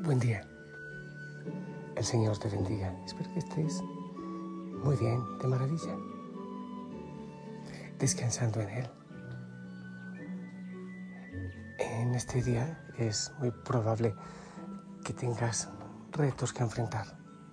Buen día. El Señor te bendiga. Espero que estés muy bien, de maravilla, descansando en Él. En este día es muy probable que tengas retos que enfrentar.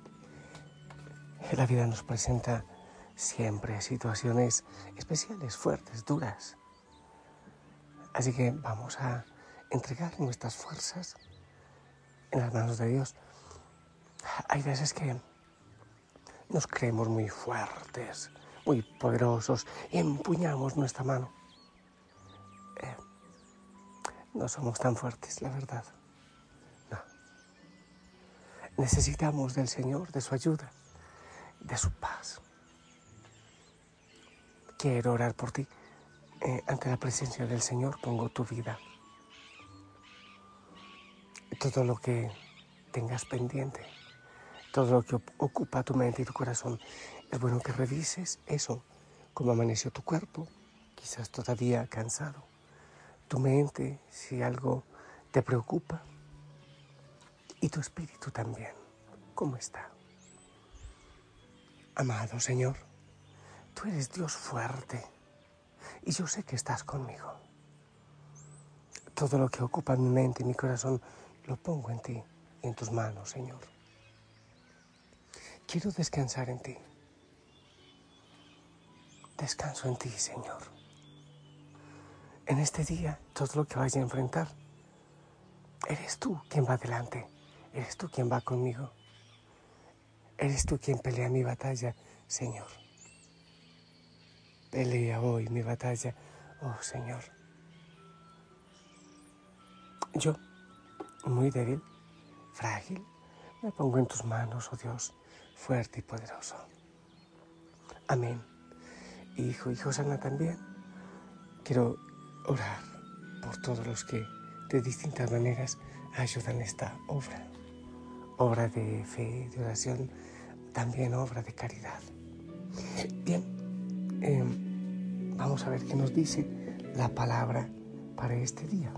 La vida nos presenta siempre situaciones especiales, fuertes, duras. Así que vamos a entregar nuestras fuerzas en las manos de Dios. Hay veces que nos creemos muy fuertes, muy poderosos y empuñamos nuestra mano. No somos tan fuertes, la verdad. No. Necesitamos del Señor, de su ayuda, de su paz. Quiero orar por ti. Ante la presencia del Señor pongo tu vida. Todo lo que tengas pendiente, todo lo que ocupa tu mente y tu corazón, es bueno que revises eso, cómo amaneció tu cuerpo, quizás todavía cansado. Tu mente, si algo te preocupa, y tu espíritu también, ¿cómo está? Amado Señor, tú eres Dios fuerte y yo sé que estás conmigo. Todo lo que ocupa mi mente y mi corazón lo pongo en ti y en tus manos, Señor. Quiero descansar en ti. Descanso en ti, Señor. En este día, todo lo que vaya a enfrentar, eres tú quien va adelante, eres tú quien va conmigo, eres tú quien pelea mi batalla, Señor. Pelea hoy mi batalla, oh Señor. Yo, muy débil, frágil, me pongo en tus manos, oh Dios, fuerte y poderoso. Amén. Hijo y Josana también, quiero orar por todos los que de distintas maneras ayudan esta obra. Obra de fe, de oración, también obra de caridad. Bien, vamos a ver qué nos dice la palabra para este día.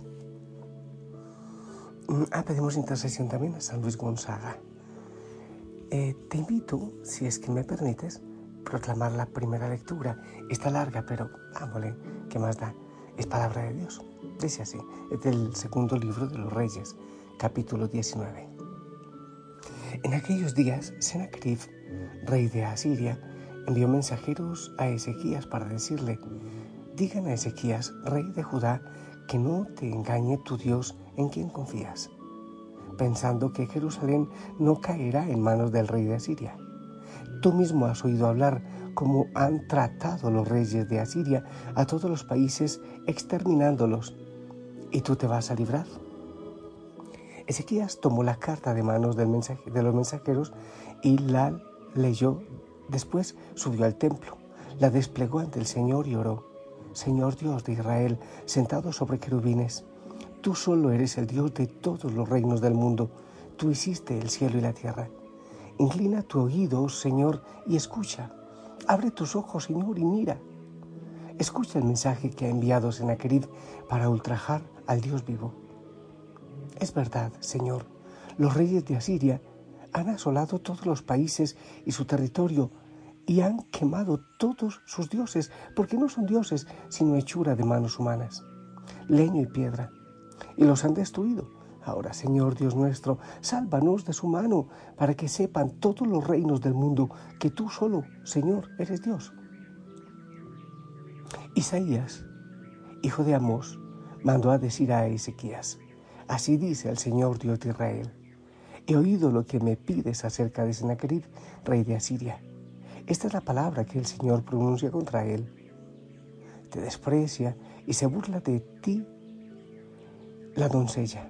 Pedimos intercesión también a San Luis Gonzaga. Te invito, si es que me permites, proclamar la primera lectura. Está larga, pero vámonos, ¿qué más da? Es palabra de Dios. Dice así, es del segundo libro de los Reyes, capítulo 19. En aquellos días, Sennacherib, rey de Asiria, envió mensajeros a Ezequías para decirle: digan a Ezequías, rey de Judá, que no te engañe tu Dios en quien confías, pensando que Jerusalén no caerá en manos del rey de Asiria. Tú mismo has oído hablar cómo han tratado los reyes de Asiria a todos los países, exterminándolos, ¿y tú te vas a librar? Ezequías tomó la carta de manos de los mensajeros y la leyó. Después subió al templo, la desplegó ante el Señor y oró: Señor Dios de Israel, sentado sobre querubines, tú solo eres el Dios de todos los reinos del mundo. Tú hiciste el cielo y la tierra. Inclina tu oído, Señor, y escucha. Abre tus ojos, Señor, y mira. Escucha el mensaje que ha enviado Sennacherib para ultrajar al Dios vivo. Es verdad, Señor, los reyes de Asiria han asolado todos los países y su territorio y han quemado todos sus dioses, porque no son dioses, sino hechura de manos humanas, leño y piedra, y los han destruido. Ahora, Señor Dios nuestro, sálvanos de su mano, para que sepan todos los reinos del mundo que tú solo, Señor, eres Dios. Isaías, hijo de Amós, mandó a decir a Ezequías: así dice el Señor Dios de Israel: he oído lo que me pides acerca de Sennacherib, rey de Asiria. Esta es la palabra que el Señor pronuncia contra él. Te desprecia y se burla de ti la doncella.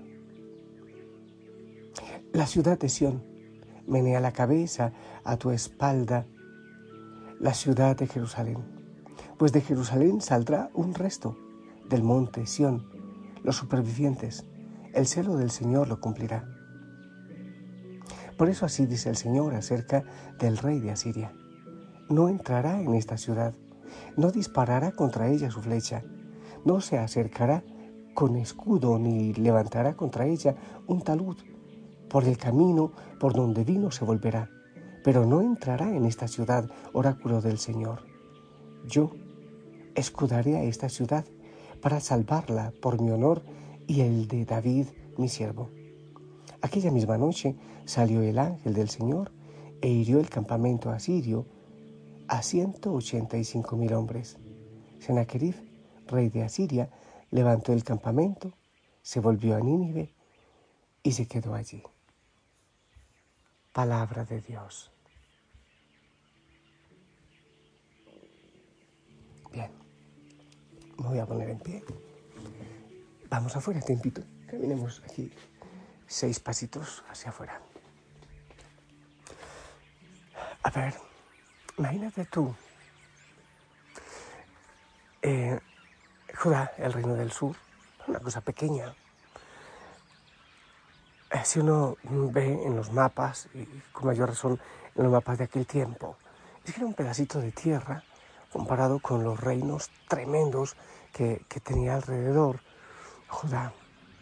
La ciudad de Sión menea la cabeza a tu espalda, la ciudad de Jerusalén. Pues de Jerusalén saldrá un resto, del monte Sión, los supervivientes. El celo del Señor lo cumplirá. Por eso así dice el Señor acerca del rey de Asiria: no entrará en esta ciudad, no disparará contra ella su flecha, no se acercará con escudo ni levantará contra ella un talud, Por el camino por donde vino se volverá, pero no entrará en esta ciudad, oráculo del Señor. Yo escudaré a esta ciudad para salvarla por mi honor y el de David, mi siervo. Aquella misma noche salió el ángel del Señor e hirió el campamento asirio a 185,000 hombres. Sennacherib, rey de Asiria, levantó el campamento, se volvió a Nínive y se quedó allí. Palabra de Dios. Bien, me voy a poner en pie. Vamos afuera, te invito. Caminemos aquí 6 pasitos hacia afuera. A ver, imagínate tú, Judá, el reino del sur, una cosa pequeña. Si uno ve en los mapas, y con mayor razón en los mapas de aquel tiempo, es que era un pedacito de tierra comparado con los reinos tremendos que tenía alrededor. Judá,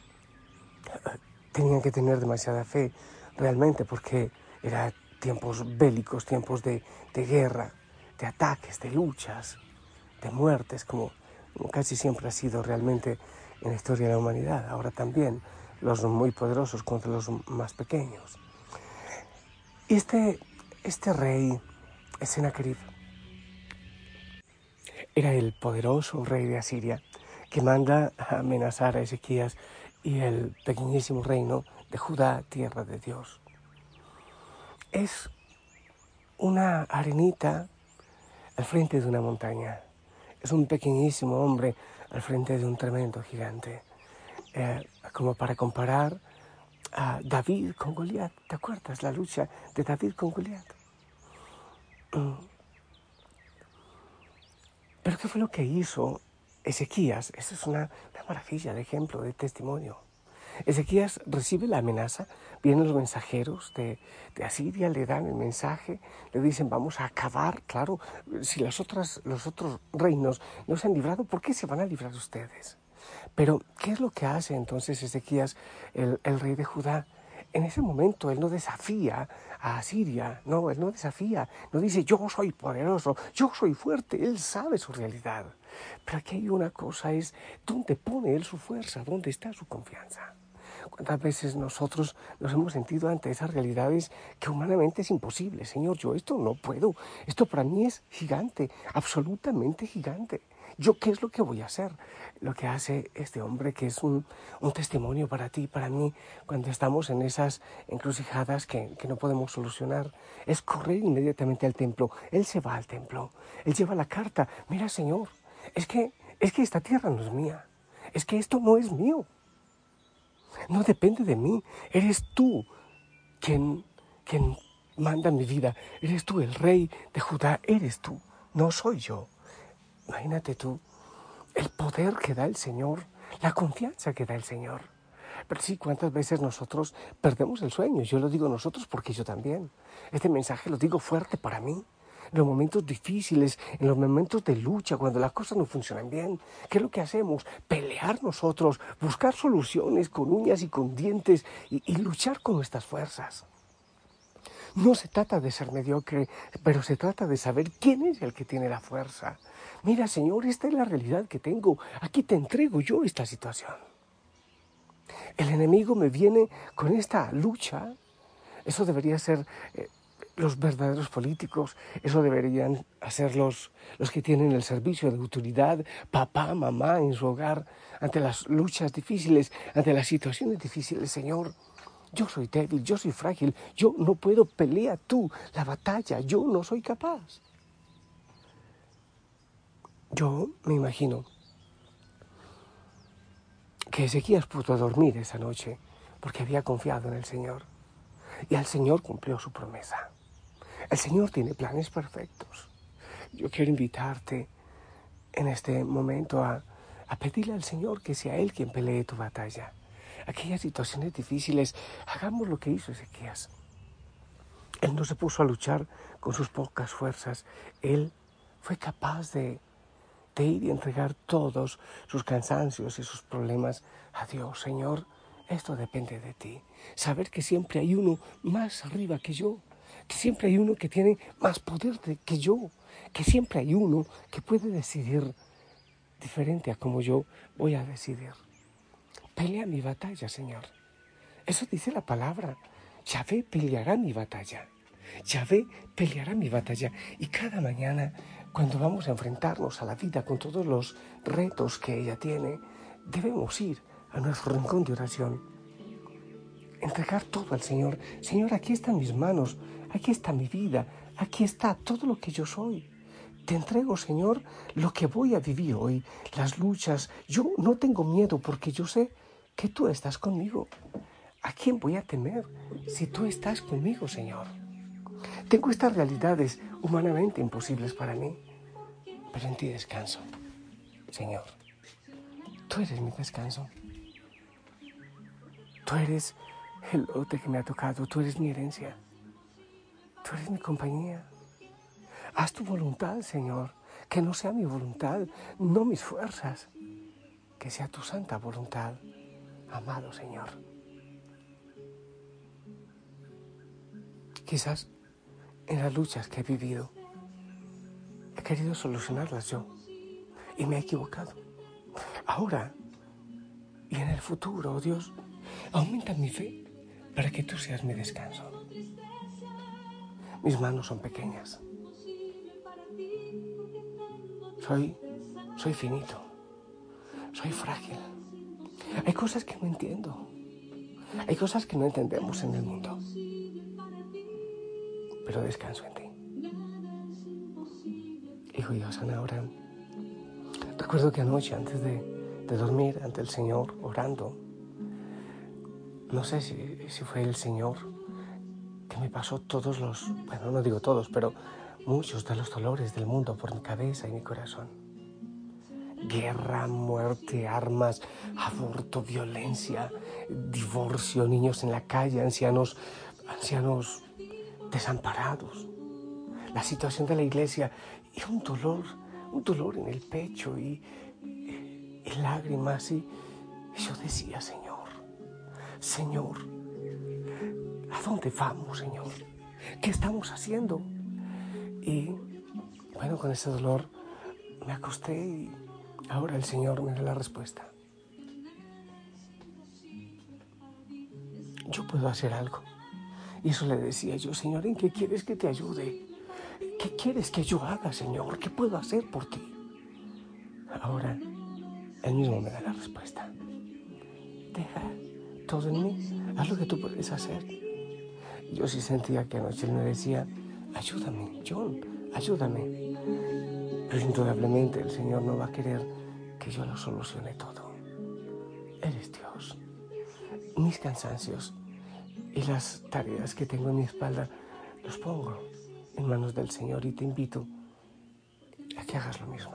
tenían que tener demasiada fe realmente porque eran tiempos bélicos, tiempos de guerra, de ataques, de luchas, de muertes, como casi siempre ha sido realmente en la historia de la humanidad. Ahora también los muy poderosos contra los más pequeños. Y este rey, Sennacherib, era el poderoso rey de Asiria que manda a amenazar a Ezequías y el pequeñísimo reino de Judá, tierra de Dios. Es una arenita al frente de una montaña. Es un pequeñísimo hombre al frente de un tremendo gigante. Como para comparar a David con Goliat. ¿Te acuerdas la lucha de David con Goliat? Pero ¿qué fue lo que hizo Ezequías? Esa es una maravilla de ejemplo, de testimonio. Ezequías recibe la amenaza, vienen los mensajeros de Asiria, le dan el mensaje, le dicen vamos a acabar, claro, si los otros reinos no se han librado, ¿por qué se van a librar ustedes? Pero, ¿qué es lo que hace entonces Ezequías, el rey de Judá? En ese momento él no desafía a Asiria, no, él no desafía, no dice yo soy poderoso, yo soy fuerte, él sabe su realidad. Pero aquí hay una cosa, es dónde pone él su fuerza, dónde está su confianza. ¿Cuántas veces nosotros nos hemos sentido ante esas realidades que humanamente es imposible? Señor, yo esto no puedo, esto para mí es gigante, absolutamente gigante. ¿Yo qué es lo que voy a hacer? Lo que hace este hombre, que es un testimonio para ti y para mí, cuando estamos en esas encrucijadas que no podemos solucionar, es correr inmediatamente al templo. Él se va al templo, él lleva la carta. Mira, Señor, es que esta tierra no es mía, es que esto no es mío. No depende de mí, eres tú quien manda en mi vida, eres tú el rey de Judá, eres tú, no soy yo. Imagínate tú el poder que da el Señor, la confianza que da el Señor. Pero sí, ¿cuántas veces nosotros perdemos el sueño? Yo lo digo nosotros porque yo también. Este mensaje lo digo fuerte para mí. En los momentos difíciles, en los momentos de lucha, cuando las cosas no funcionan bien, ¿qué es lo que hacemos? Pelear nosotros, buscar soluciones con uñas y con dientes y luchar con nuestras fuerzas. No se trata de ser mediocre, pero se trata de saber quién es el que tiene la fuerza. Mira, Señor, esta es la realidad que tengo. Aquí te entrego yo esta situación. El enemigo me viene con esta lucha. Eso debería ser los verdaderos políticos, eso deberían hacer los que tienen el servicio de autoridad, papá, mamá en su hogar, ante las luchas difíciles, ante las situaciones difíciles. Señor, yo soy débil, yo soy frágil, yo no puedo, pelea tú la batalla, yo no soy capaz. Yo me imagino que Ezequías pudo dormir esa noche porque había confiado en el Señor y el Señor cumplió su promesa. El Señor tiene planes perfectos. Yo quiero invitarte en este momento a pedirle al Señor que sea Él quien pelee tu batalla. Aquellas situaciones difíciles, hagamos lo que hizo Ezequías. Él no se puso a luchar con sus pocas fuerzas. Él fue capaz de ir y entregar todos sus cansancios y sus problemas a Dios. Señor, Esto depende de ti. Saber que siempre hay uno más arriba que yo, que siempre hay uno que tiene más poder que yo, que siempre hay uno que puede decidir diferente a como yo voy a decidir. Pelea mi batalla, Señor. Eso dice la palabra. Yahvé peleará mi batalla. Yahvé peleará mi batalla. Y cada mañana, cuando vamos a enfrentarnos a la vida con todos los retos que ella tiene, debemos ir a nuestro rincón de oración. Entregar todo al Señor. Señor, aquí están mis manos, aquí está mi vida, aquí está todo lo que yo soy. Te entrego, Señor, lo que voy a vivir hoy, las luchas. Yo no tengo miedo porque yo sé que tú estás conmigo. ¿A quién voy a temer si tú estás conmigo, Señor? Tengo estas realidades humanamente imposibles para mí, pero en ti descanso, Señor. Tú eres mi descanso. Tú eres el lote que me ha tocado, tú eres mi herencia. Tú eres mi compañía. Haz tu voluntad, Señor, que no sea mi voluntad, no mis fuerzas, que sea tu santa voluntad, amado Señor. Quizás en las luchas que he vivido, he querido solucionarlas yo y me he equivocado. Ahora y en el futuro, oh Dios, aumenta mi fe para que tú seas mi descanso. Mis manos son pequeñas. Soy finito. Soy frágil. Hay cosas que no entiendo. Hay cosas que no entendemos en el mundo. Pero descanso en ti. Hijo y Osana, ahora recuerdo que anoche antes de dormir ante el Señor orando, no sé si fue el Señor que me pasó bueno, no digo todos, pero muchos de los dolores del mundo por mi cabeza y mi corazón. Guerra, muerte, armas, aborto, violencia, divorcio, niños en la calle, ancianos desamparados. La situación de la iglesia y un dolor en el pecho y lágrimas. Y yo decía, Señor, ¿a dónde vamos, Señor? ¿Qué estamos haciendo? Y bueno, con ese dolor me acosté y ahora el Señor me da la respuesta. Yo puedo hacer algo. Y eso le decía yo, Señor, ¿en qué quieres que te ayude? ¿Qué quieres que yo haga, Señor? ¿Qué puedo hacer por ti? Ahora, Él mismo me da la respuesta. Deja todo en mí, haz lo que tú puedes hacer. Yo sí sentía que anoche Él me decía, ayúdame, John, ayúdame. Pero indudablemente el Señor no va a querer que yo lo solucione todo. Él es Dios. Mis cansancios y las tareas que tengo en mi espalda los pongo en manos del Señor y te invito a que hagas lo mismo.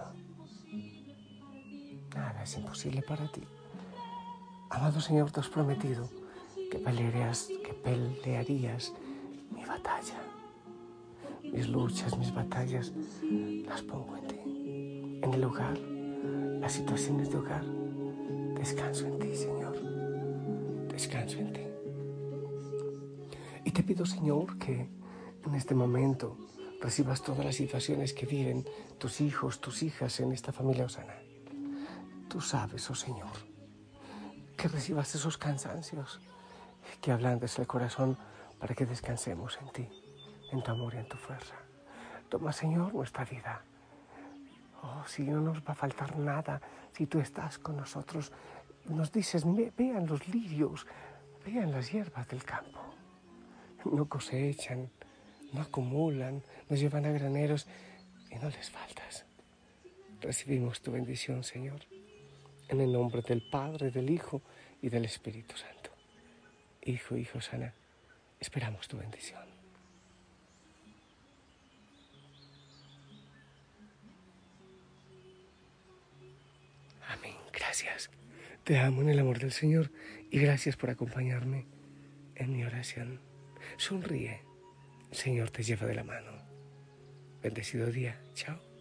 Nada es imposible para ti. Amado Señor, te has prometido que pelearías mi batalla. Mis luchas, mis batallas, las pongo en ti. En el hogar, las situaciones de hogar, descanso en ti, Señor. Descanso en ti. Y te pido, Señor, que en este momento recibas todas las situaciones que viven tus hijos, tus hijas en esta familia Osana. Tú sabes, oh Señor, que recibas esos cansancios, que ablandes el corazón para que descansemos en ti, en tu amor y en tu fuerza. Toma, Señor, nuestra vida. Oh, si no nos va a faltar nada, si tú estás con nosotros, nos dices, vean los lirios, vean las hierbas del campo. No cosechan, no acumulan, nos llevan a graneros y no les faltas. Recibimos tu bendición, Señor, en el nombre del Padre, del Hijo y del Espíritu Santo. Hijo y Osana, esperamos tu bendición. Amén. Gracias. Te amo en el amor del Señor y gracias por acompañarme en mi oración. Sonríe. El Señor te lleva de la mano. Bendecido día. Chao.